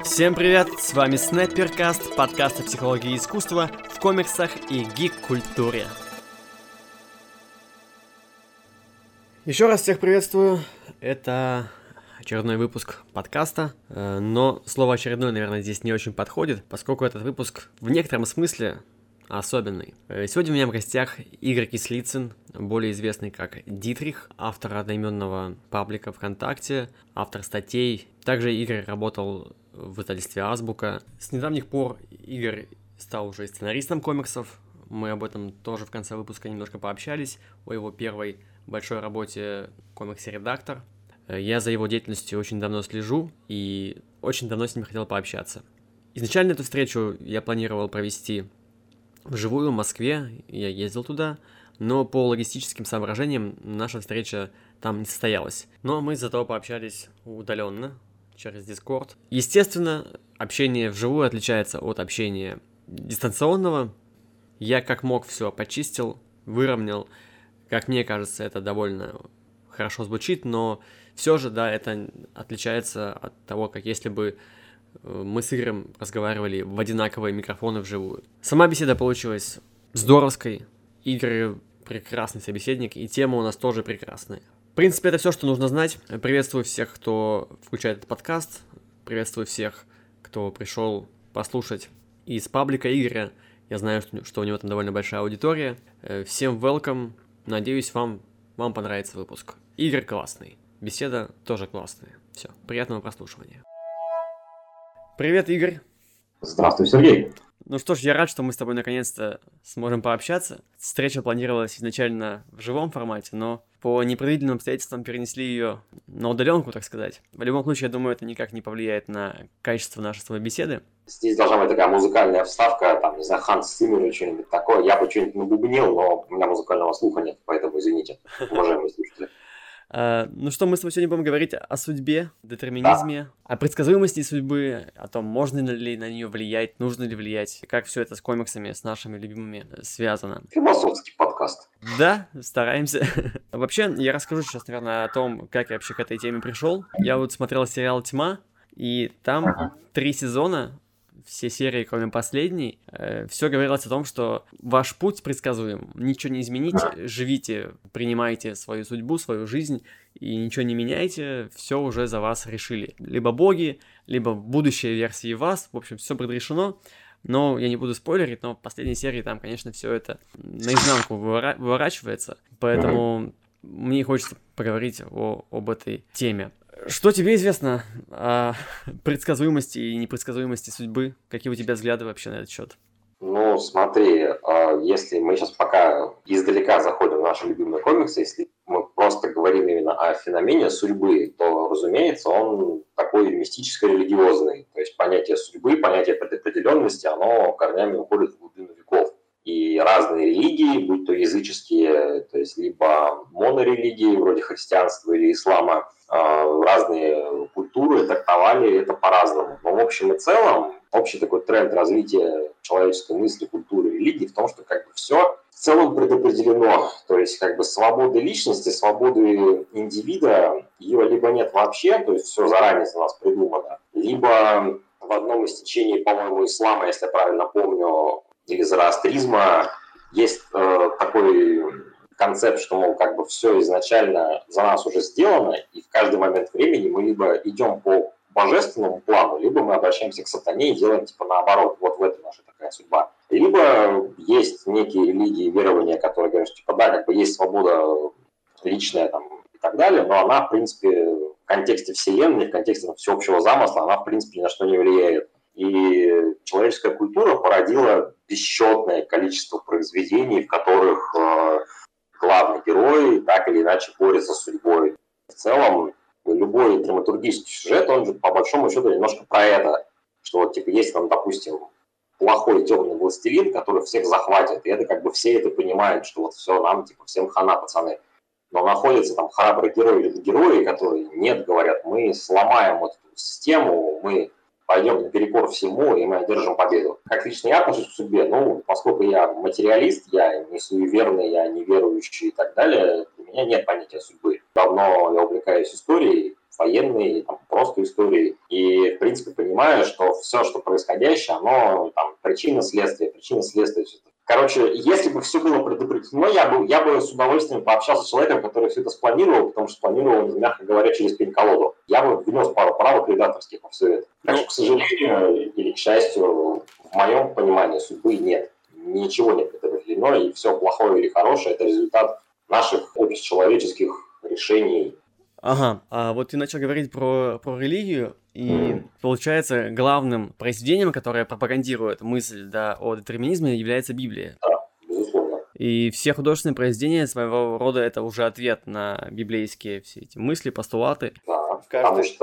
Всем привет, с вами Снайперкаст, подкаст о психологии искусства в комиксах и гик-культуре. Еще раз всех приветствую, это очередной выпуск подкаста, но слово «очередной», наверное, здесь не очень подходит, поскольку этот выпуск в некотором смысле особенный. Сегодня у меня в гостях Игорь Кислицын, более известный как Дитрих, автор одноименного паблика ВКонтакте, автор статей. Также Игорь работал в издательстве «Азбука». С недавних пор Игорь стал уже сценаристом комиксов. Мы об этом тоже в конце выпуска немножко пообщались, о его первой большой работе комиксе «Редактор». Я за его деятельностью очень давно слежу и очень давно с ним хотел пообщаться. Изначально эту встречу я планировал провести вживую в Москве, я ездил туда, но по логистическим соображениям наша встреча там не состоялась. Но мы зато пообщались удаленно, через Discord. Естественно, общение вживую отличается от общения дистанционного. Я как мог все почистил, выровнял. Как мне кажется, это довольно хорошо звучит, но все же, да, это отличается от того, как если бы мы с Игорем разговаривали в одинаковые микрофоны вживую. Сама беседа получилась здоровской. Игорь прекрасный собеседник, и тема у нас тоже прекрасная. В принципе, это все, что нужно знать. Приветствую всех, кто включает этот подкаст. Приветствую всех, кто пришел послушать из паблика Игоря. Я знаю, что у него там довольно большая аудитория. Всем welcome. Надеюсь, вам понравится выпуск. Игорь классный. Беседа тоже классная. Все, приятного прослушивания. Привет, Игорь. Здравствуй, Сергей. Ну что ж, я рад, что мы с тобой наконец-то сможем пообщаться. Встреча планировалась изначально в живом формате, но по непредвиденным обстоятельствам перенесли ее на удаленку, так сказать. В любом случае, я думаю, это никак не повлияет на качество нашей с тобой беседы. Здесь должна быть такая музыкальная вставка, там, не знаю, Ханс Циммер или что-нибудь такое. Я бы что-нибудь набубнил, но у меня музыкального слуха нет, поэтому извините, уважаемые слушатели. Ну что, мы с тобой сегодня будем говорить о судьбе, детерминизме, о предсказуемости судьбы, о том, можно ли на нее влиять, нужно ли влиять, как все это с комиксами, с нашими любимыми связано. Философский подкаст. Да, стараемся. Вообще, я расскажу сейчас, наверное, о том, как я вообще к этой теме пришел. Я вот смотрел сериал «Тьма», и там 3 сезона, все серии, кроме последней, все говорилось о том, что ваш путь предсказуем, ничего не измените, живите, принимайте свою судьбу, свою жизнь, и ничего не меняйте, все уже за вас решили. Либо боги, либо будущие версии вас, в общем, все предрешено. Но я не буду спойлерить, но в последней серии там, конечно, все это наизнанку выворачивается, поэтому мне хочется поговорить об этой теме. Что тебе известно о предсказуемости и непредсказуемости судьбы? Какие у тебя взгляды вообще на этот счет? Ну, смотри, если мы сейчас пока издалека заходим в наши любимые комиксы, если мы просто говорим именно о феномене судьбы, то, разумеется, он такой мистическо-религиозный. То есть понятие судьбы, понятие предопределенности, оно корнями уходит в глубину веков. И разные религии, будь то языческие, то есть либо монорелигии, вроде христианства или ислама, разные культуры трактовали это по-разному. Но в общем и целом, общий такой тренд развития человеческой мысли, культуры, религии в том, что как бы все в целом предопределено. То есть как бы свободы личности, свободы индивида, ее либо нет вообще, то есть все заранее за нас придумано, либо в одном из течений, по-моему, ислама, если я правильно помню, или зороастризма, есть такой концепт, что, мол, как бы все изначально за нас уже сделано, и в каждый момент времени мы либо идем по божественному плану, либо мы обращаемся к сатане и делаем типа наоборот. Вот в этом наша такая судьба. Либо есть некие религии, верования, которые говорят, что типа да, как бы есть свобода личная там, и так далее, но она, в принципе, в контексте вселенной, в контексте там, всеобщего замысла, она, в принципе, ни на что не влияет. И человеческая культура породила бесчетное количество произведений, в которых главный герой так или иначе борется с судьбой. В целом, любой драматургический сюжет, он же по большому счету немножко про это, что вот типа есть там, допустим, плохой темный властелин, который всех захватит, и это как бы все это понимают, что вот все, нам типа всем хана, пацаны. Но находятся там храбрые герои или герои, которые нет, говорят, мы сломаем вот эту систему, мы пойдем наперекор всему, и мы одержим победу. Как лично я отношусь к судьбе? Ну, поскольку я материалист, я не суеверный, я неверующий и так далее, у меня нет понятия судьбы. Давно я увлекаюсь историей, в военной, там, просто историей. И, в принципе, понимаю, что все, что происходящее, оно там причина-следствие. Короче, если бы все было предопределено, я бы с удовольствием пообщался с человеком, который все это спланировал, потому что спланировал, мягко говоря, через пень-колоду. Я бы внес пару правок редакторских во все это. Так что, к сожалению или к счастью, в моем понимании судьбы нет. Ничего не предопределено, и все плохое или хорошее – это результат наших общечеловеческих решений. Ага, а вот ты начал говорить про религию, и получается, главным произведением, которое пропагандирует мысль, да, о детерминизме, является Библия. Да, безусловно. И все художественные произведения своего рода это уже ответ на библейские все эти мысли, постулаты. Да, потому что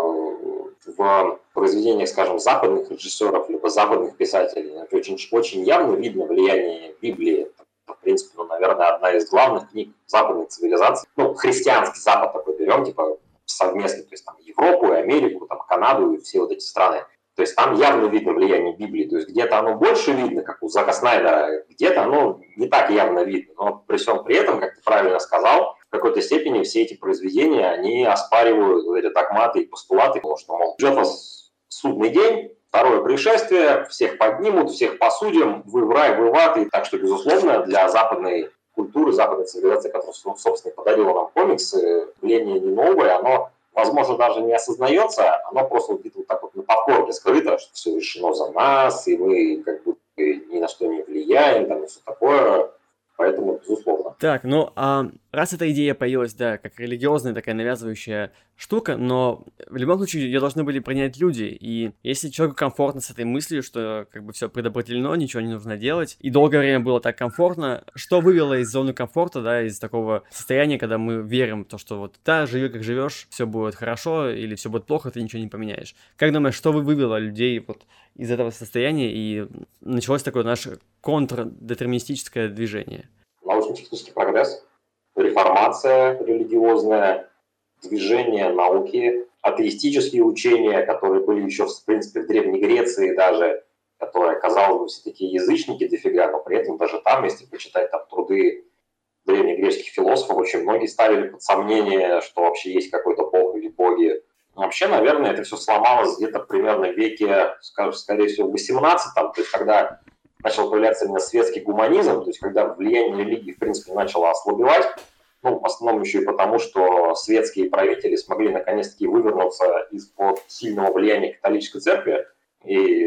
в произведениях, скажем, западных режиссеров либо западных писателей очень явно видно влияние Библии. В принципе, наверное, одна из главных книг западной цивилизации. Христианский Запад такой берем, типа совместно, то есть там Европу и Америку, там Канаду и все вот эти страны. То есть там явно видно влияние Библии. То есть где-то оно больше видно, как у Зака Снайдера, где-то оно не так явно видно. Но при всем при этом, как ты правильно сказал, в какой-то степени все эти произведения, они оспаривают вот эти догматы и постулаты, потому что, мол, ждет вас судный день, второе пришествие, всех поднимут, всех посудим, вы в рай, вы в ад. И так что, безусловно, для западной культуры, западной цивилизации, которая, собственно, подарила нам комиксы, влияние не новое, оно, возможно, даже не осознается, оно просто где-то вот так вот на подкорке скрыто, что все решено за нас, и мы как бы ни на что не влияем, там и все такое. Поэтому, безусловно. Так, ну, а раз эта идея появилась, да, как религиозная такая навязывающая штука, но в любом случае ее должны были принять люди, и если человеку комфортно с этой мыслью, что как бы все предопределено, ничего не нужно делать, и долгое время было так комфортно, что вывело из зоны комфорта, да, из такого состояния, когда мы верим в то, что вот, да, живи как живешь, все будет хорошо, или все будет плохо, ты ничего не поменяешь. Как думаешь, что вывело людей вот из этого состояния, и началось такое наше контрдетерминистическое движение? Научно-технический прогресс, реформация религиозная, движение науки, атеистические учения, которые были еще, в принципе, в Древней Греции даже, которые, казалось бы, все такие язычники дофига, но при этом даже там, если почитать там труды древнегреческих философов, очень многие ставили под сомнение, что вообще есть какой-то бог или боги. Но вообще, наверное, это все сломалось где-то примерно в веке, скорее всего, в 18-м, то есть когда начал появляться именно светский гуманизм, то есть когда влияние религии, в принципе, начало ослабевать, в основном еще и потому, что светские правители смогли наконец-таки вывернуться из-под сильного влияния католической церкви, и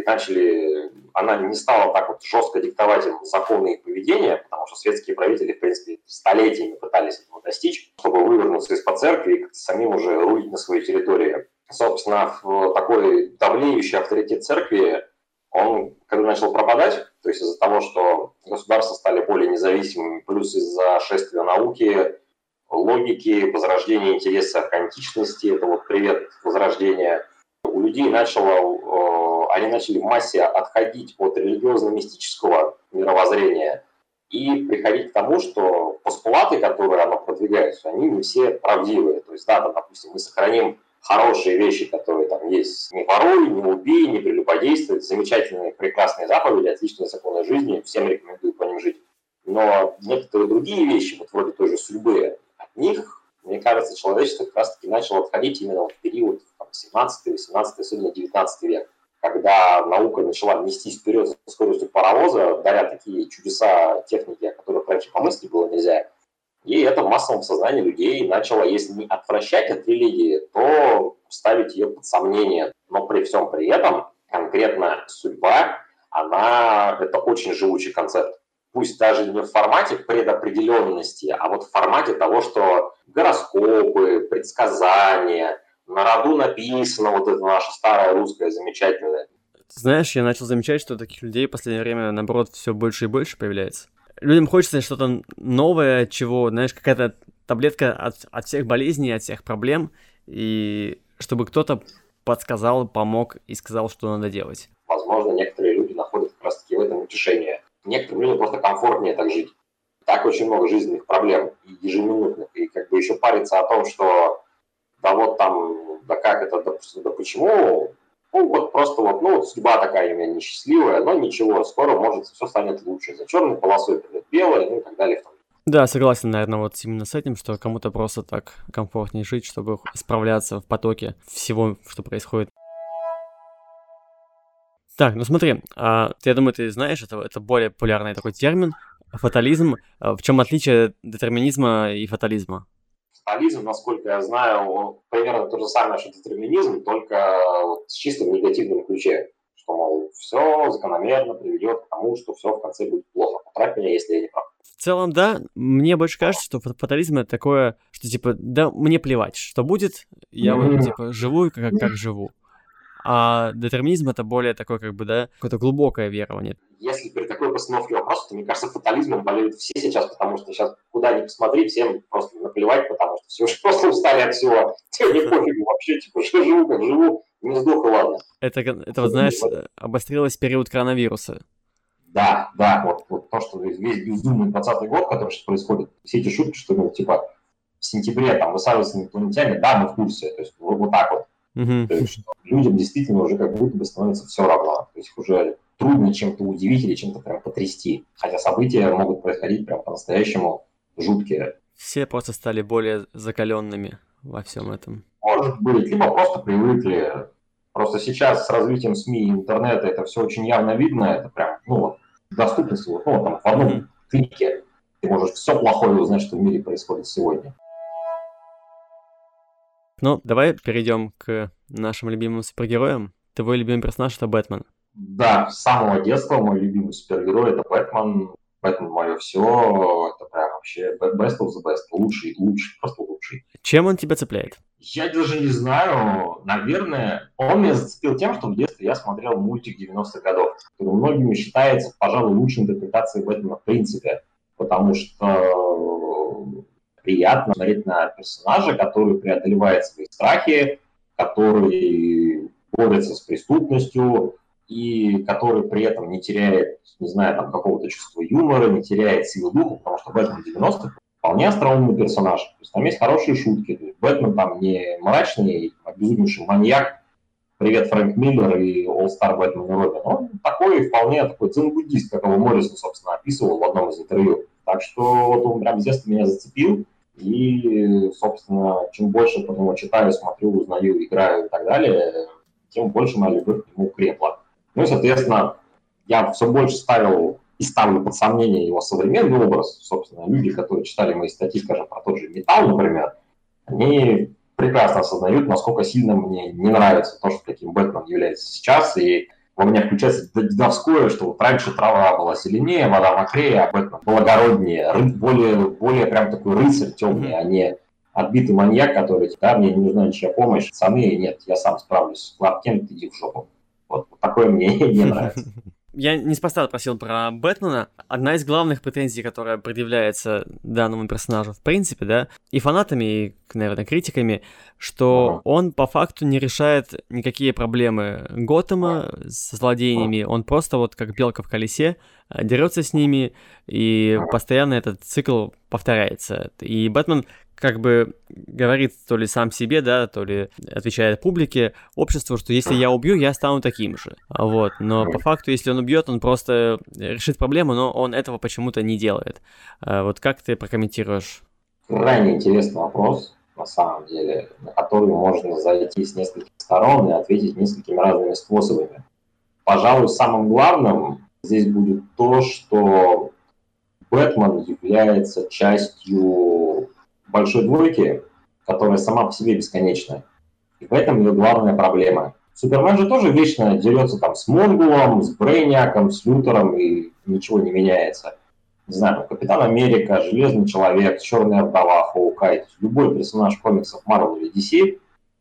она не стала так вот жестко диктовать им законы и поведение, потому что светские правители, в принципе, столетиями пытались этого достичь, чтобы вывернуться из-под церкви и как-то самим уже рулить на своей территории. Собственно, такой давлеющий авторитет церкви, он когда начал пропадать, то есть из-за того, что государства стали более независимыми, плюс из-за шествия науки, логики, возрождения интереса к античности, это вот привет возрождения, у людей они начали в массе отходить от религиозно-мистического мировоззрения и приходить к тому, что постулаты, которые оно продвигает, они не все правдивые. То есть, да, там, допустим, мы сохраним хорошие вещи, которые там есть: не воруй, не убей, не прелюбодействуй, замечательные, прекрасные заповеди, отличные законы жизни, всем рекомендую по ним жить. Но некоторые другие вещи, вот вроде той же судьбы, от них, мне кажется, человечество как раз-таки начало отходить именно в период 17, 18, особенно 19 век, когда наука начала нестись вперед со скоростью паровоза, даря такие чудеса техники, о которых раньше помыслить было нельзя. И это в массовом сознании людей начало, если не отвращать от религии, то ставить ее под сомнение. Но при всем при этом конкретно судьба, это очень живучий концепт. Пусть даже не в формате предопределенности, а вот в формате того, что гороскопы, предсказания, на роду написано, вот это наше старое русское замечательное. Знаешь, я начал замечать, что таких людей в последнее время, наоборот, все больше и больше появляется. Людям хочется что-то новое, чего, знаешь, какая-то таблетка от всех болезней, от всех проблем, и чтобы кто-то подсказал, помог и сказал, что надо делать. Возможно, некоторые люди находят как раз-таки в этом утешение. Некоторым людям просто комфортнее так жить. Так очень много жизненных проблем, ежеминутных, и как бы еще париться о том, что да вот там, да как это, да почему, судьба такая у меня несчастливая, но ничего, скоро, может, все станет лучше. За черной полосой придет белое, и так далее. Да, согласен, наверное, вот именно с этим, что кому-то просто так комфортнее жить, чтобы справляться в потоке всего, что происходит. Так, ну смотри, я думаю, ты знаешь, это более популярный такой термин, фатализм. В чем отличие детерминизма и фатализма? Фатализм, насколько я знаю, он примерно то же самое, что детерминизм, только вот с чистым негативным ключе. Что, мол, все закономерно приведет к тому, что все в конце будет плохо. Поправь меня, если я не прав. В целом, да, мне больше кажется, что фатализм это такое, что типа, да, мне плевать, что будет, я вот типа живу как живу. А детерминизм это более такое, как бы, да, какое-то глубокое верование. Если при такой постановке вопроса, то, мне кажется, фатализмом болеют все сейчас, потому что сейчас куда ни посмотри, всем просто наплевать, потому что все уже просто устали от всего. Тебе не пофигу вообще, типа, что живу, как живу, не сдох и ладно. Это вот, знаешь, обострилось в период коронавируса. Да, вот то, что весь безумный 20-й год, который сейчас происходит, все эти шутки, что, ну, типа, в сентябре там высаживаются инопланетяне, да, мы в курсе, то есть вот так вот. То есть, что людям действительно уже как будто бы становится все равно. То есть уже трудно чем-то удивить или чем-то прям потрясти. Хотя события могут происходить прям по-настоящему жуткие. Все просто стали более закаленными во всем этом. Может быть, либо просто привыкли. Просто сейчас с развитием СМИ и интернета это все очень явно видно. Это прям, ну вот, доступность, вот, ну, там, в одном клике ты можешь все плохое узнать, что в мире происходит сегодня. Ну, давай перейдем к нашим любимым супергероям. Твой любимый персонаж — это Бэтмен. Да, с самого детства мой любимый супергерой — это Бэтмен. Бэтмен мое все. Это прям вообще best of the best. Лучший, просто лучший. Чем он тебя цепляет? Я даже не знаю. Наверное, он меня зацепил тем, что в детстве я смотрел мультик 90-х годов, который многими считается, пожалуй, лучшей интерпретацией Бэтмена в принципе. Потому что приятно смотреть на персонажа, который преодолевает свои страхи, который борется с преступностью и который при этом не теряет, не знаю, там, какого-то чувства юмора, не теряет силы духа, потому что Бэтмен 90-х вполне остроумный персонаж. То есть там есть хорошие шутки. То есть Бэтмен там не мрачный, обезумевший маньяк, привет, Фрэнк Миллер и All-Star Бэтмен и Робин. Он такой вполне такой дзен-буддист, как его Моррисон, собственно, описывал в одном из интервью. Так что вот он прям с детства меня зацепил. И, собственно, чем больше по нему читаю, смотрю, узнаю, играю и так далее, тем больше моя любовь к нему крепла. Ну и, соответственно, я все больше ставил и ставлю под сомнение его современный образ. Собственно, люди, которые читали мои статьи, скажем, про тот же металл, например, они прекрасно осознают, насколько сильно мне не нравится то, что таким Бэтмен является сейчас, и у меня включается дедовское, что вот раньше трава была зеленее, вода мокрее, а Бэтмен благороднее, более прям такой рыцарь темный, а не отбитый маньяк, который, да, мне не нужна ничья помощь, пацаны, нет, я сам справлюсь, Кларк Кент, иди в жопу. Вот такое мне не нравится. Я неспроста спросил про Бэтмена. Одна из главных претензий, которая предъявляется данному персонажу, в принципе, да, и фанатами, и, наверное, критиками, что он по факту не решает никакие проблемы Готэма со злодеями. Он просто вот как белка в колесе дерется с ними, и постоянно этот цикл повторяется. И Бэтмен как бы говорит то ли сам себе, да, то ли отвечает публике, обществу, что если я убью, я стану таким же. Вот. Но по факту, если он убьет, он просто решит проблему, но он этого почему-то не делает. Вот как ты прокомментируешь? Крайне интересный вопрос, на самом деле, на который можно зайти с нескольких сторон и ответить несколькими разными способами. Пожалуй, самым главным здесь будет то, что Бэтмен является частью большой двойки, которая сама по себе бесконечная. И в этом ее главная проблема. Супермен же тоже вечно дерется там с Монгулом, с Брейниаком, с Лютером, и ничего не меняется. Не знаю, Капитан Америка, Железный Человек, Черная Вдова, Хоукай. Любой персонаж комиксов Marvel или DC,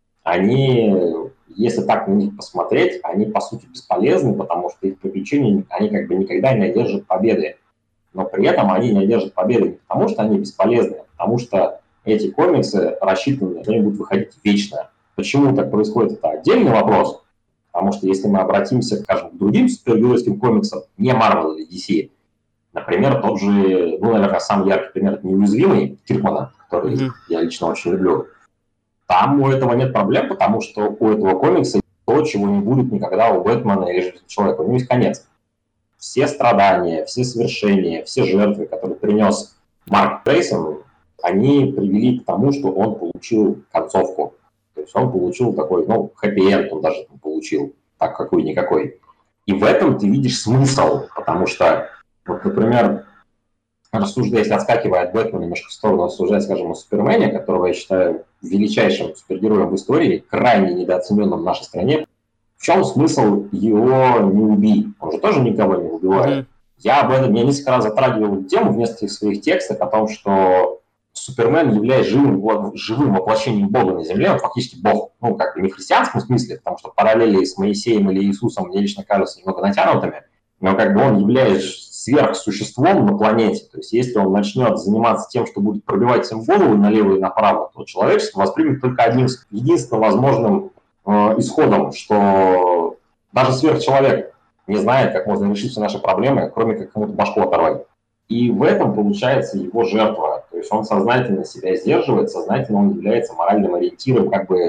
они, если так на них посмотреть, они по сути бесполезны, потому что их приключения, они как бы никогда не одержат победы. Но при этом они не одержат победы не потому, что они бесполезны, а потому что эти комиксы рассчитаны, что они будут выходить вечно. Почему так происходит, это отдельный вопрос. Потому что если мы обратимся, скажем, к другим супергеройским комиксам, не Marvel или DC, например, тот же, ну, наверное, самый яркий пример — это «Неуязвимый» Киркмана, который я лично очень люблю. Там у этого нет проблем, потому что у этого комикса то, чего не будет никогда у Бэтмена или Железного Человека. У него есть конец. Все страдания, все свершения, все жертвы, которые принес Марк Грейсон, они привели к тому, что он получил концовку. То есть он получил такой, хэппи-энд он даже получил, так какой-никакой. И в этом ты видишь смысл, потому что, вот, например, рассуждая, если отскакивая от Бэтмена немножко в сторону, рассуждая, скажем, о Супермене, которого я считаю величайшим супергероем в истории, крайне недооцененным в нашей стране, в чем смысл его не убить? Он же тоже никого не убивает. Я об этом несколько раз затрагивал тему в нескольких своих текстах о том, что Супермен является живым воплощением Бога на Земле, он фактически Бог. Не в христианском смысле, потому что параллели с Моисеем или Иисусом мне лично кажутся немного натянутыми, но он является сверхсуществом на планете. То есть если он начнет заниматься тем, что будет пробивать всем голову налево и направо, то человечество воспримет только единственным возможным исходом, что даже сверхчеловек не знает, как можно решить все наши проблемы, кроме как кому-то башку оторвать. И в этом получается его жертва. То есть он сознательно себя сдерживает, сознательно он является моральным ориентиром.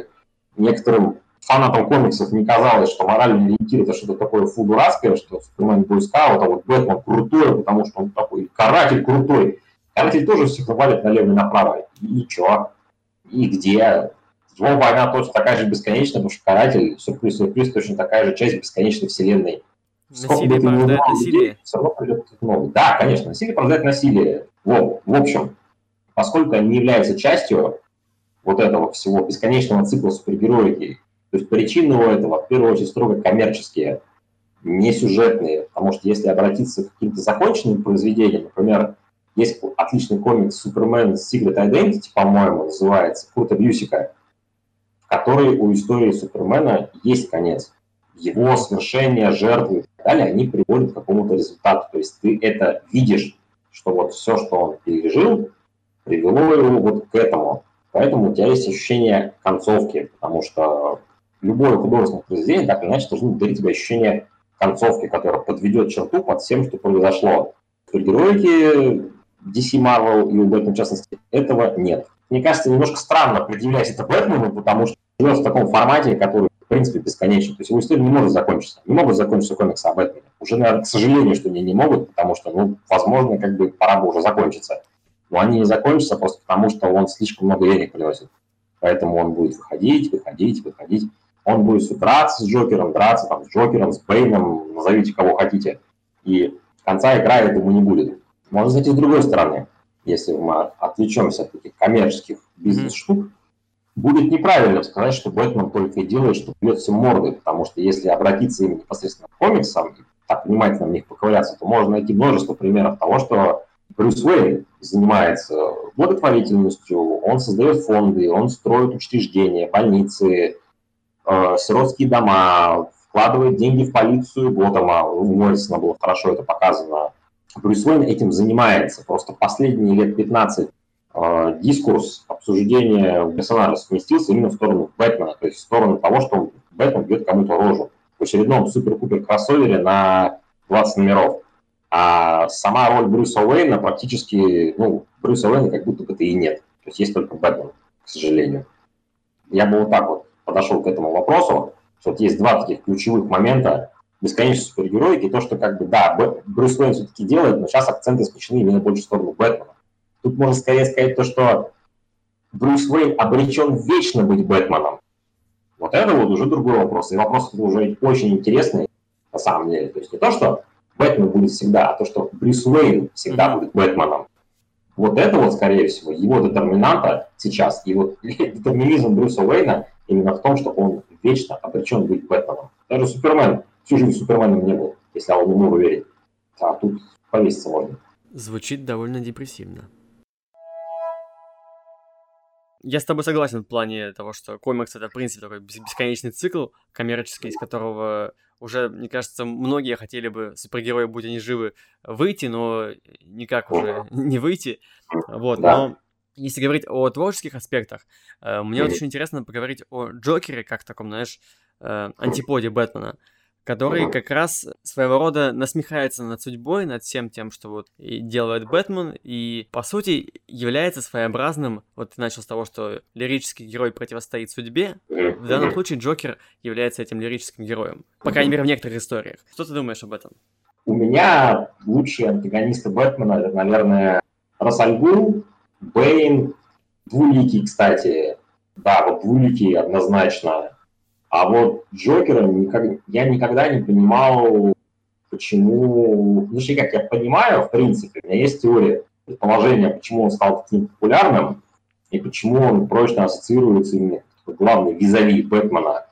Некоторым фанатам комиксов не казалось, что моральный ориентир — это что-то такое фу-дурацкое, что Супермен бойскаут, а вот Бэтмен крутой, потому что он такой каратель крутой. Каратель тоже всех валит налево и направо. И чё? И где? Его война точно такая же бесконечная, потому что каратель, сюрприз, точно такая же часть бесконечной вселенной. Насилие порождает насилие. Все равно придет новый. Да, конечно, насилие порождает насилие. В общем, поскольку они являются частью вот этого всего бесконечного цикла супергероики, то есть причины у этого, в первую очередь, строго коммерческие, не сюжетные. Потому что если обратиться к каким-то законченным произведениям, например, есть отличный комикс «Superman Secret Identity», по-моему, называется, Курта Бьюсика, в которой у истории Супермена есть конец. Его свершения, жертвы и так далее, они приводят к какому-то результату. То есть ты это видишь, что вот все, что он пережил, привело его вот к этому. Поэтому у тебя есть ощущение концовки, потому что любое художественное произведение так или иначе должно дарить тебе ощущение концовки, которая подведет черту под всем, что произошло. В супергероике DC Marvel и у Бэтмена, в частности, этого нет. Мне кажется, немножко странно предъявлять это Бэтмену, потому что живет в таком формате, который, в принципе, бесконечен. То есть его история не может закончиться. Не могут закончиться комиксы о Бэтмене. Уже, наверное, к сожалению, что они не могут, потому что, возможно, пора бы уже закончиться. Но они не закончатся просто потому, что он слишком много денег приносит. Поэтому он будет выходить. Он будет драться с Джокером, с Джокером, с Бэйном, назовите кого хотите. И конца игра этому не будет. Можно зайти с другой стороны. Если мы отвлечемся от таких коммерческих бизнес-штук, будет неправильно сказать, что Бэтмен только и делает, что бьет всем морды, потому что если обратиться им непосредственно к комиксам и так внимательно в них поковыряться, то можно найти множество примеров того, что Брюс Уэйн занимается благотворительностью, он создает фонды, он строит учреждения, больницы, сиротские дома, вкладывает деньги в полицию Готэма. У Моррисона было хорошо это показано. Брюс Уэйн этим занимается. Просто последние лет 15 дискурс обсуждения персонажа сместился именно в сторону Бэтмена, то есть в сторону того, что Бэтмен бьет кому-то рожу в очередном супер-пупер кроссовере на 20 номеров. А сама роль Брюса Уэйна практически, Брюса Уэйна как будто бы и нет. То есть есть только Бэтмен, к сожалению. Я бы вот так вот подошел к этому вопросу, что вот есть два таких ключевых момента бесконечной супергероики, и то, что Брюс Уэйн все-таки делает, но сейчас акценты смещены именно больше в сторону Бэтмена. Тут можно скорее сказать то, что Брюс Уэйн обречен вечно быть Бэтменом. Вот это вот уже другой вопрос. И вопрос уже очень интересный на самом деле. То есть не то, что Бэтмен будет всегда, а то, что Брюс Уэйн всегда будет Бэтменом. Вот это вот, скорее всего, его детерминанта сейчас. И вот детерминизм Брюса Уэйна именно в том, что он вечно обречен быть Бэтменом. Даже Супермен всю жизнь Суперменом не был, если он не мог верить. А тут повеситься можно. Звучит довольно депрессивно. Я с тобой согласен в плане того, что комикс — это, в принципе, такой бесконечный цикл коммерческий, из которого уже, мне кажется, многие хотели бы, супергерои, будь они живы, выйти, но никак уже не выйти. Вот, но если говорить о творческих аспектах, мне вот очень интересно поговорить о Джокере, как таком, знаешь, антиподе Бэтмена, который как раз своего рода насмехается над судьбой, над всем тем, что вот и делает Бэтмен, и, по сути, является своеобразным, вот ты начал с того, что лирический герой противостоит судьбе, в данном случае Джокер является этим лирическим героем, по крайней мере, в некоторых историях. Что ты думаешь об этом? У меня лучшие антагонисты Бэтмена, это, наверное, Расальгул, Бэйн, двуликий, кстати. Да, вот двуликий однозначно. А вот Джокера я никогда не понимал, почему... Ну, как я понимаю, в принципе, у меня есть теория предположения, почему он стал таким популярным и почему он прочно ассоциируется именно как главный визави Бэтмена.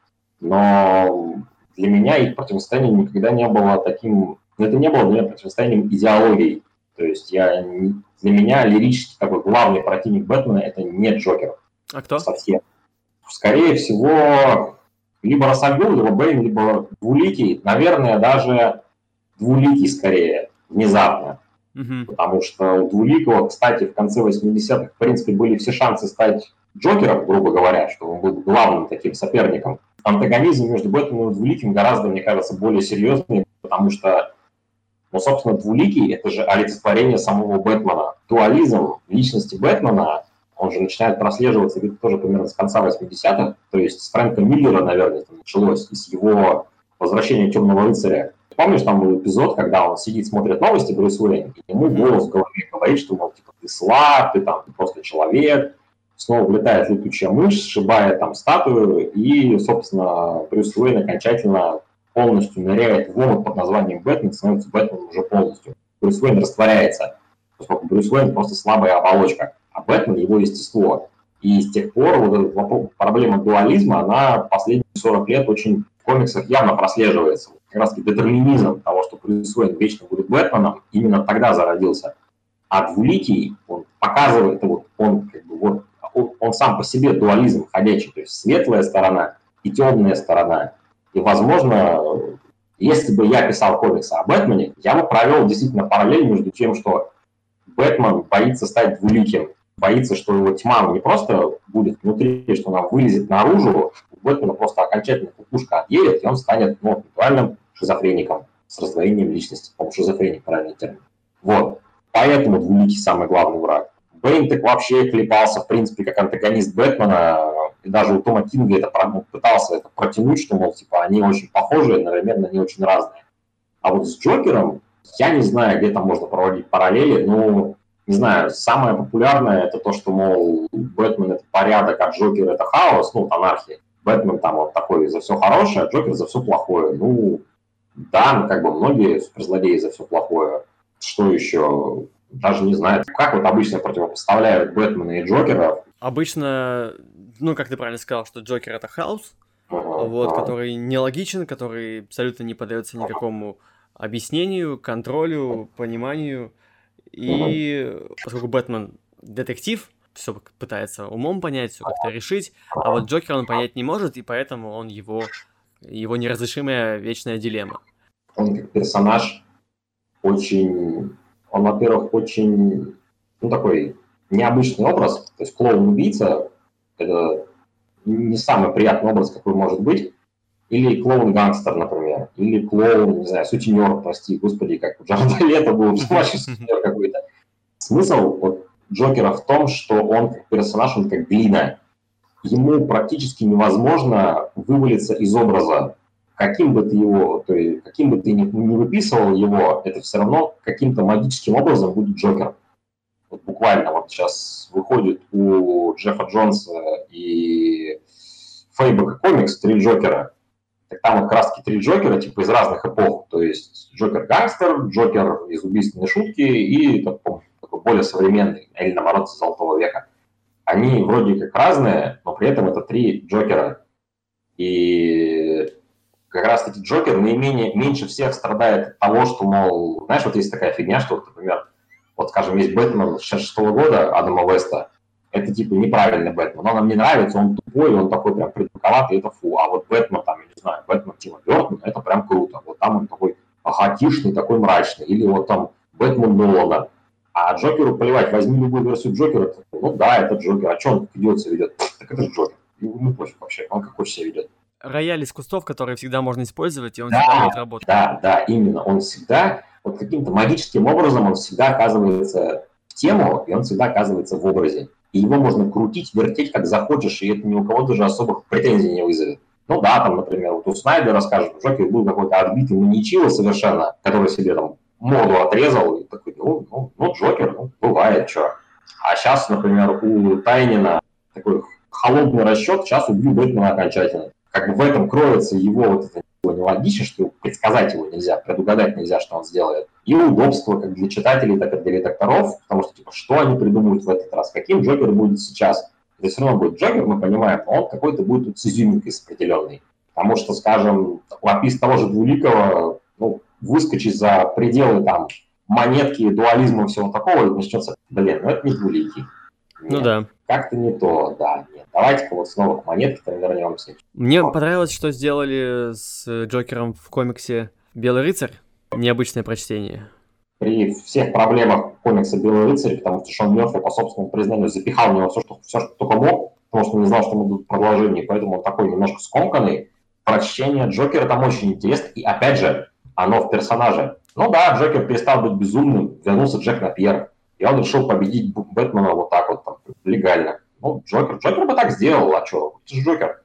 Но для меня их противостояние никогда не было таким... Это не было для меня противостоянием идеологий. То есть для меня лирически такой главный противник Бэтмена — это не Джокер. А кто? Совсем. Скорее всего, либо Расальгул, либо Бэйн, либо двуликий. Наверное, даже двуликий скорее, внезапно. Потому что у двуликого, кстати, в конце 80-х, в принципе, были все шансы стать Джокером, грубо говоря, что он был главным таким соперником. Антагонизм между Бэтменом и двуликим гораздо, мне кажется, более серьезный, потому что, ну, собственно, двуликий — это же олицетворение самого Бэтмена. Дуализм личности Бэтмена, он же начинает прослеживаться где-то тоже примерно с конца 80-х, то есть с Фрэнка Миллера, наверное, это началось, и с его возвращения Темного рыцаря. Помнишь, там был эпизод, когда он сидит, смотрит новости, Брюс Уэйн, и ему голос в голове говорит, что, мол, типа, ты слаб, ты там, ты просто человек. Снова влетает летучая мышь, сшибает там статую, и, собственно, Брюс Уэйн окончательно полностью ныряет в омут под названием Бэтмен, становится Бэтменом уже полностью. Брюс Уэйн растворяется, поскольку Брюс Уэйн просто слабая оболочка, а Бэтмен — его естество. И с тех пор вот эта проблема дуализма, она последние 40 лет очень в комиксах явно прослеживается. Как раз детерминизм того, что Брюс Уэйн вечно будет Бэтменом, именно тогда зародился. А двуликий, он показывает, вот, он, как бы, вот, он сам по себе дуализм ходячий, то есть светлая сторона и темная сторона. И, возможно, если бы я писал комиксы о Бэтмене, я бы провел действительно параллель между тем, что Бэтмен боится стать двуликим, боится, что его тьма не просто будет внутри, что она вылезет наружу, у Бэтмена просто окончательно кукушка отъедет, и он станет, ну, виртуальным шизофреником с раздвоением личности. По-моему, шизофреник — правильный термин. Вот. Поэтому двуликий самый главный враг. Бэйн так вообще клепался, в принципе, как антагонист Бэтмена, и даже у Тома Кинга пытался это протянуть, что, мол, типа, они очень похожи, одновременно они очень разные. А вот с Джокером я не знаю, где там можно проводить параллели, но, не знаю, самое популярное — это то, что, мол, Бэтмен — это порядок, а Джокер — это хаос, ну, анархия. Бэтмен там вот такой за все хорошее, а Джокер за все плохое. Ну, да, ну, как бы многие суперзлодеи за все плохое. Что еще? Даже не знаю. Как вот обычно противопоставляют Бэтмена и Джокера? Обычно, ну, как ты правильно сказал, что Джокер — это хаос, который нелогичен, который абсолютно не поддается никакому объяснению, контролю, пониманию. И поскольку Бэтмен детектив, все пытается умом понять, все как-то решить, а вот Джокера он понять не может, и поэтому он его неразрешимая вечная дилемма. Он как персонаж очень... Он, во-первых, очень, ну, такой необычный образ. То есть клоун-убийца — это не самый приятный образ, какой может быть. Или клоун-гангстер, например. Или клоун, не знаю, сутенер, прости, господи, как у Джареда Лето был сутенер какой-то. Смысл вот Джокера в том, что он как персонаж, он как глина. Ему практически невозможно вывалиться из образа. Каким бы ты его, то есть каким бы ты ни выписывал его, это все равно каким-то магическим образом будет Джокер. Вот буквально вот сейчас выходит у Джеффа Джонса и Фейбека комикс «Три Джокера». Так там вот как раз-таки три Джокера, типа из разных эпох. То есть Джокер-гангстер, Джокер из «Убийственной шутки» и такой более современный, или наоборот, из «Золотого века». Они вроде как разные, но при этом это три Джокера. И как раз-таки Джокер меньше всех страдает от того, что, мол, знаешь, вот есть такая фигня, что, например, вот, скажем, есть Бэтмен 66-го года Адама Уэста, это, типа, неправильный Бэтмен, он нам не нравится, он тупой, он такой прям придурковатый, это фу, а вот Бэтмен, там, я не знаю, Бэтмен Тима Бёртона, это прям круто, вот там он такой агатишный, такой мрачный, или вот там Бэтмен Нолана, а Джокеру плевать, возьми любую версию Джокера, ну да, это Джокер, а что он как идиот себя ведет? Так это же Джокер, ему пофиг вообще, он как хочет себя ведет. Рояль из кустов, который всегда можно использовать, и он всегда будет работать. Да, именно. Он всегда, вот каким-то магическим образом, он всегда оказывается в тему, и он всегда оказывается в образе. И его можно крутить, вертеть, как захочешь, и это ни у кого даже особых претензий не вызовет. Ну да, там, например, вот у Снайдера, скажем, Джокер был какой-то отбитый маньячило совершенно, который себе там моду отрезал, и такой, Джокер, бывает, что. А сейчас, например, у Тайнина такой холодный расчет, сейчас убью Бэтмена окончательно. Как бы в этом кроется его вот это нелогично, что предсказать его нельзя, предугадать нельзя, что он сделает. И удобство как для читателей, так и для редакторов, потому что, что они придумают в этот раз, каким Джокер будет сейчас. Это все равно будет Джокер, мы понимаем, но он какой-то будет тут с изюминкой с определенной. Потому что, скажем, опис того же Двуликого, выскочить за пределы там монетки, дуализма и всего такого, и начнется, это не Двуликий. Нет, да. Как-то не то, да. Нет. Давайте-ка вот снова к монетке вернемся. Мне понравилось, что сделали с Джокером в комиксе «Белый рыцарь». Необычное прочтение. При всех проблемах комикса «Белый рыцарь», потому что Шон Мёрфи, по собственному признанию, запихал в него все, что только мог, потому что не знал, что будут продолжения, поэтому он такой немножко скомканный. Прочтение Джокера там очень интересно, и опять же, оно в персонаже. Джокер перестал быть безумным, вернулся Джек Напьер, и он решил победить Бэтмена вот так вот, там, легально. Джокер бы так сделал, а что? Это же Джокер.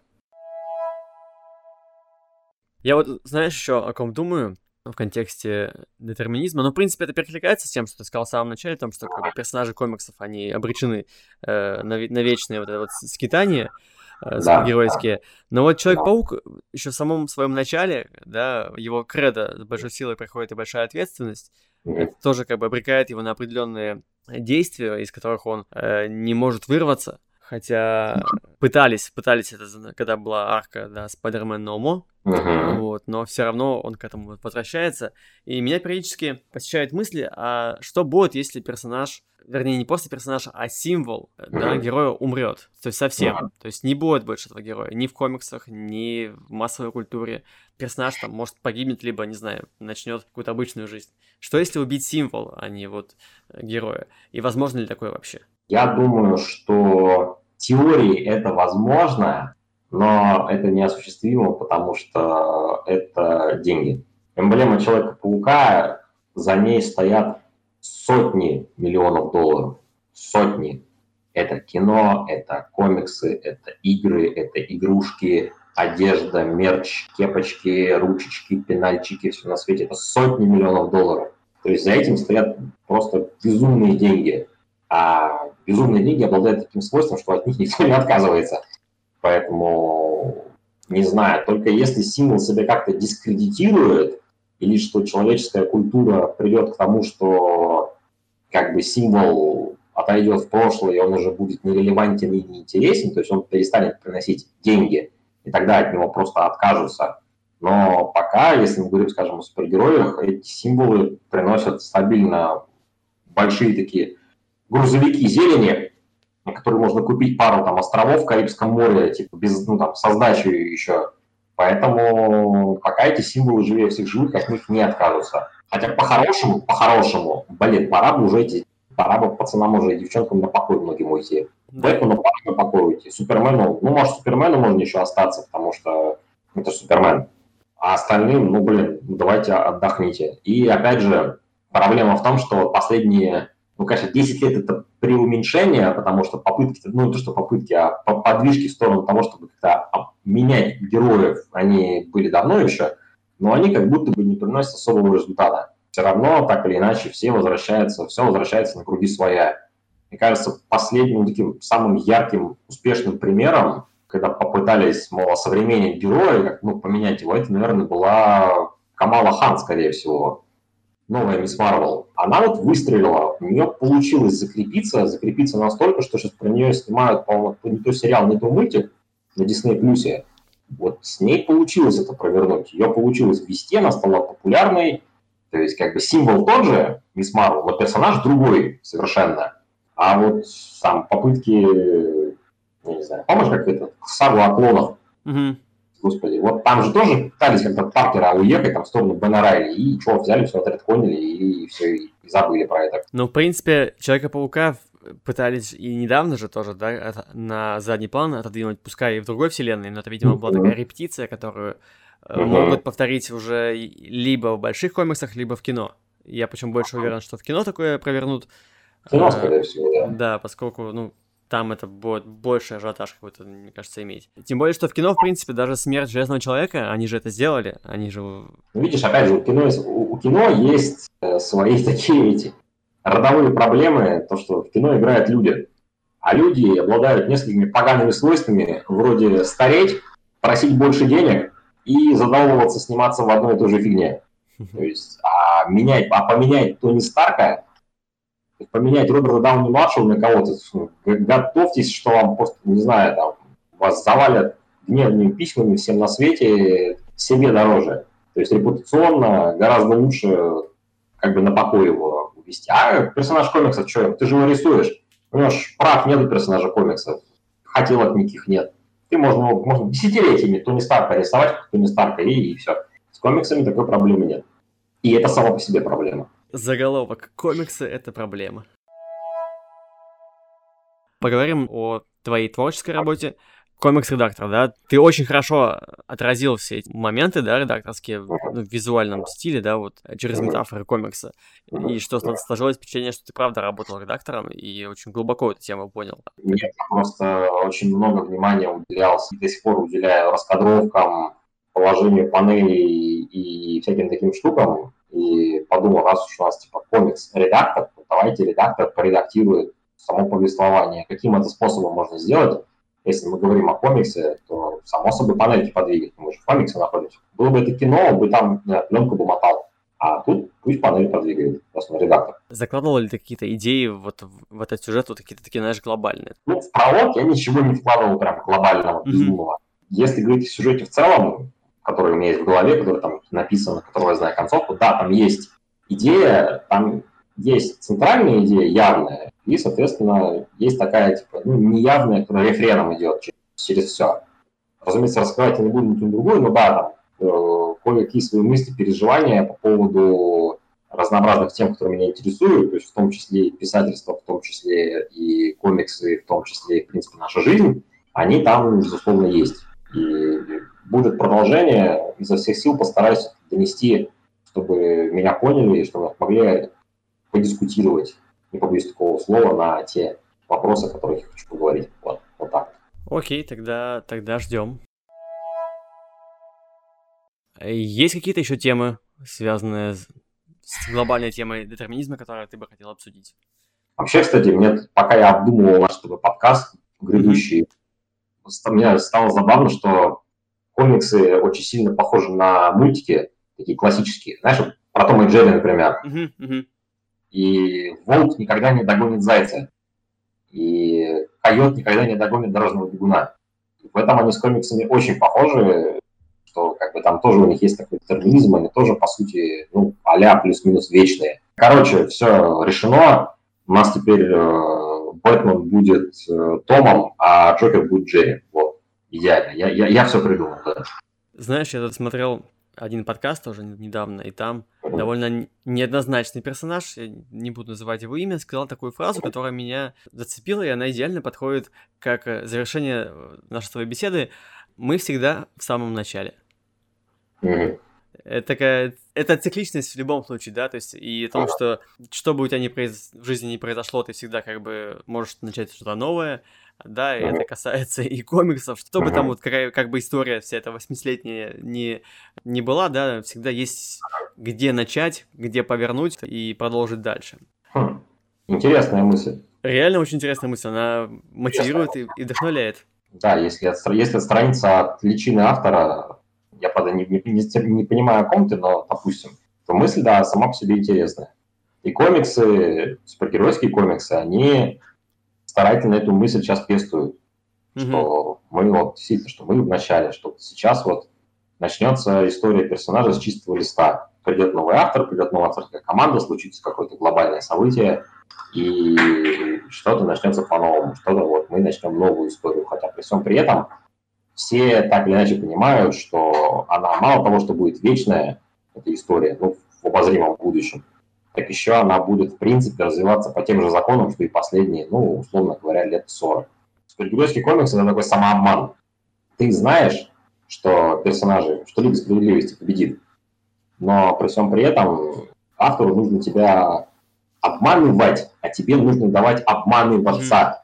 Я вот, знаешь, еще о ком думаю в контексте детерминизма, но, в принципе, это перекликается с тем, что ты сказал в самом начале, о том, что как бы, персонажи комиксов, они обречены на вечное вот это вот скитание супергеройские. Но вот Человек-паук еще в самом своем начале, да, его кредо с большой силой приходит и большая ответственность, это тоже как бы обрекает его на определенные действия, из которых он не может вырваться. Хотя пытались это, когда была арка, да, Spider-Man No More, но все равно он к этому возвращается. И меня периодически посещают мысли, а что будет, если персонаж, вернее, не просто персонаж, а символ, да, героя умрет. То есть совсем. То есть не будет больше этого героя. Ни в комиксах, ни в массовой культуре. Персонаж там может погибнет, либо, не знаю, начнет какую-то обычную жизнь. Что если убить символ, а не вот героя? И возможно ли такое вообще? Я думаю, что в теории это возможно, но это неосуществимо, потому что это деньги. Эмблема Человека-паука, за ней стоят сотни миллионов долларов. Сотни. Это кино, это комиксы, это игры, это игрушки, одежда, мерч, кепочки, ручечки, пенальчики, все на свете. Это сотни миллионов долларов. То есть за этим стоят просто безумные деньги. А безумные деньги обладают таким свойством, что от них никто не отказывается. Поэтому, не знаю, только если символ себя как-то дискредитирует, или что человеческая культура придет к тому, что как бы символ отойдет в прошлое, и он уже будет нерелевантен и неинтересен, то есть он перестанет приносить деньги, и тогда от него просто откажутся. Но пока, если мы говорим, скажем, о супергероях, эти символы приносят стабильно большие такие грузовики зелени, на которые можно купить пару там островов в Карибском море, типа без, со сдачей еще. Поэтому пока эти символы живее всех живых, от них не откажутся. Хотя по-хорошему, пора бы пацанам уже и девчонкам на покой многим уйти. Бэтмену пора на покой уйти. Супермену, может, Супермену можно еще остаться, потому что это Супермен. А остальным, давайте отдохните. И опять же, проблема в том, что последние, конечно, 10 лет это преуменьшение, потому что попытки, а подвижки в сторону того, чтобы как-то менять героев, они были давно еще, но они как будто бы не приносят особого результата. Все равно, так или иначе, все возвращается на круги своя. Мне кажется, последним таким самым ярким, успешным примером, когда попытались, осовременить героя, поменять его, это, наверное, была Камала Хан, скорее всего. Новая Мисс Марвел. Она выстрелила, у нее получилось закрепиться настолько, что сейчас про нее снимают, по-моему, не то сериал, не то мультик на Disney+. Вот с ней получилось это провернуть. Ее получилось ввести, она стала популярной. То есть как бы символ тот же, Мисс Марвел, но персонаж другой совершенно. А вот сам попытки, я не знаю, помнишь, как это, сагу о клонах? Господи, вот там же тоже пытались как-то от Паркера уехать там, в сторону Бена Райли, и что, взяли, все отредконили, и все, и забыли про это. Ну, в принципе, Человека-паука пытались и недавно же тоже, да, на задний план отодвинуть, пускай и в другой вселенной, но это, видимо, была такая репетиция, которую могут повторить уже либо в больших комиксах, либо в кино. Я почему больше уверен, что в кино такое провернут. В кино, скорее всего, да. Да, поскольку, там это будет больше ажиотаж какой-то, мне кажется, иметь. Тем более, что в кино, в принципе, даже смерть Железного Человека, они же это сделали, они же... Видишь, опять же, у кино есть свои такие эти родовые проблемы, то, что в кино играют люди. А люди обладают несколькими погаными свойствами, вроде стареть, просить больше денег и задалбываться сниматься в одной и той же фигне. То есть, поменять Тони Старка, поменять Роберта Дауни-младшего на кого-то, готовьтесь, что вам просто, не знаю, там, вас завалят гневными письмами всем на свете, себе дороже. То есть репутационно гораздо лучше как бы на покой его увести. А персонаж комикса, что, ты же его рисуешь, у него ж прав нет у персонажа комиксов, хотелок никаких нет. Ты можно десятилетиями Тони Старка рисовать, как Тони Старка, и все. С комиксами такой проблемы нет. И это само по себе проблема. Заголовок. Комиксы — это проблема. Поговорим о твоей творческой работе. Комикс-редактор, да? Ты очень хорошо отразил все эти моменты, да, редакторские, в визуальном стиле, да, вот, через метафоры комикса. И что сложилось впечатление, что ты правда работал редактором и очень глубоко эту тему понял. Нет, я просто очень много внимания уделял, и до сих пор уделяю раскадровкам, положению панелей и всяким таким штукам. И подумал, раз уж у нас типа комикс-редактор, то давайте редактор поредактирует само повествование. Каким это способом можно сделать? Если мы говорим о комиксе, то само собой панельки подвигать. Мы же в комиксе находимся. Было бы это кино, бы там пленку бы мотал. А тут пусть панель подвигает, просто редактор. Закладывал ли ты какие-то идеи вот в этот сюжет, вот какие-то такие, знаешь, глобальные? Ну, в пролог я ничего не вкладывал прям глобального, безумного. Если говорить о сюжете в целом, который у меня есть в голове, который там написан, которого я знаю концовку, да, там есть идея, там есть центральная идея, явная, и, соответственно, есть такая, типа, неявная, которая рефреном идет через все. Разумеется, раскрывать я не буду никаким другую, но да, там кое-какие свои мысли, переживания по поводу разнообразных тем, которые меня интересуют, то есть в том числе и писательство, в том числе и комиксы, в том числе и, в принципе, наша жизнь, они там, безусловно, есть. И будет продолжение, изо всех сил постараюсь донести, чтобы меня поняли и чтобы могли подискутировать, не побоюсь такого слова, на те вопросы, о которых я хочу поговорить. Вот так. Окей, тогда ждем. Есть какие-то еще темы, связанные с глобальной темой детерминизма, которые ты бы хотел обсудить? Вообще, кстати, пока я обдумывал наш подкаст грядущий, мне стало забавно, что комиксы очень сильно похожи на мультики, такие классические. Знаешь, про Тома и Джерри, например. И волк никогда не догонит зайца. И койот никогда не догонит дорожного бегуна. И в этом они с комиксами очень похожи, что как бы там тоже у них есть такой детерминизм, они тоже, по сути, а-ля плюс-минус вечные. Короче, все решено. У нас теперь Бэтмен будет Томом, а Джокер будет Джерри. Вот. Идеально. Я все придумал, да. Знаешь, я тут смотрел один подкаст тоже недавно, и там довольно неоднозначный персонаж, я не буду называть его имя, сказал такую фразу, которая меня зацепила, и она идеально подходит как завершение нашей с тобой беседы. Мы всегда в самом начале. Это цикличность в любом случае, да, то есть и о том, что бы у тебя в жизни не произошло, ты всегда как бы можешь начать что-то новое, да, и это касается и комиксов, что бы там вот как бы история вся эта 80-летняя не была, да, всегда есть где начать, где повернуть и продолжить дальше. Интересная мысль. Реально очень интересная мысль, она мотивирует и вдохновляет. Да, если отстраниться от личины автора, я, правда, не понимаю, о ком ты, но, допустим, то мысль, да, сама по себе интересная. И комиксы, супергеройские комиксы, они старательно эту мысль сейчас пестуют, что мы вот действительно, что мы в начале, что сейчас вот начнется история персонажа с чистого листа. Придет новый автор, придет новая авторская команда, случится какое-то глобальное событие, и что-то начнется по-новому, что-то вот мы начнем новую историю, хотя при всем при этом все так или иначе понимают, что она мало того, что будет вечная, эта история, в обозримом будущем, так еще она будет, в принципе, развиваться по тем же законам, что и последние, условно говоря, лет 40. Супергеройский комикс – это такой самообман. Ты знаешь, что персонажи, что Лига Справедливости победит, но при всем при этом автору нужно тебя обманывать, а тебе нужно давать обманываться.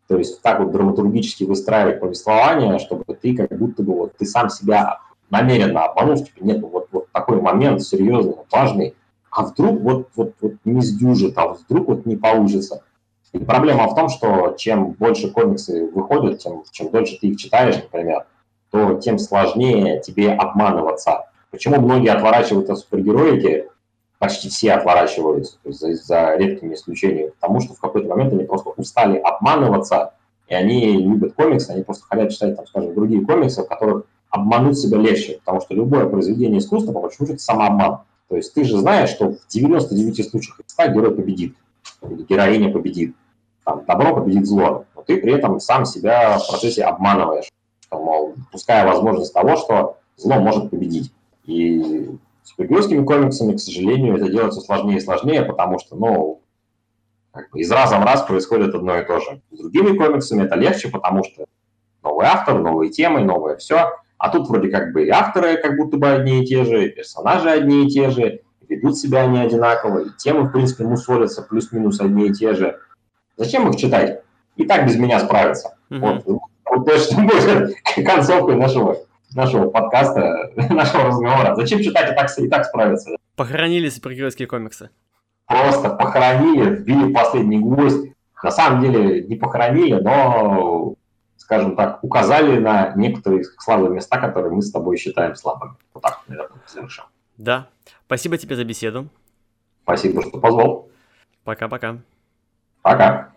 То есть так вот драматургически выстраивать повествование, чтобы ты как будто бы вот ты сам себя намеренно обманул, типа нет, вот такой момент серьезный, важный, а вдруг вот не сдюжит, а вдруг вот не получится. И проблема в том, что чем больше комиксы выходят, чем дольше ты их читаешь, например, то тем сложнее тебе обманываться. Почему многие отворачиваются от супергероики, почти все отворачиваются, то есть за редкими исключениями, потому что в какой-то момент они просто устали обманываться, и они любят комиксы, они просто хотят читать, там, скажем, другие комиксы, в которых обмануть себя легче, потому что любое произведение искусства, по большому счету, самообман. То есть ты же знаешь, что в 99 случаях из 100 герой победит, или героиня победит, там, добро победит зло, но ты при этом сам себя в процессе обманываешь, что, мол, пуская возможность того, что зло может победить. И супергеройскими комиксами, к сожалению, это делается сложнее и сложнее, потому что, ну, как бы из раза в раз происходит одно и то же. С другими комиксами это легче, потому что новый автор, новые темы, новое все. А тут вроде как бы и авторы как будто бы одни и те же, и персонажи одни и те же, и ведут себя они одинаково, и темы, в принципе, мусолятся плюс-минус одни и те же. Зачем их читать? И так без меня справятся. Вот то, что будет концовкой нашего подкаста, нашего разговора. Зачем читать и так справиться? Похоронили супергеройские комиксы. Просто похоронили, вбили последний гвоздь. На самом деле не похоронили, но, скажем так, указали на некоторые слабые места, которые мы с тобой считаем слабыми. Вот так, наверное, завершим. Да. Спасибо тебе за беседу. Спасибо, что позвал. Пока-пока. Пока.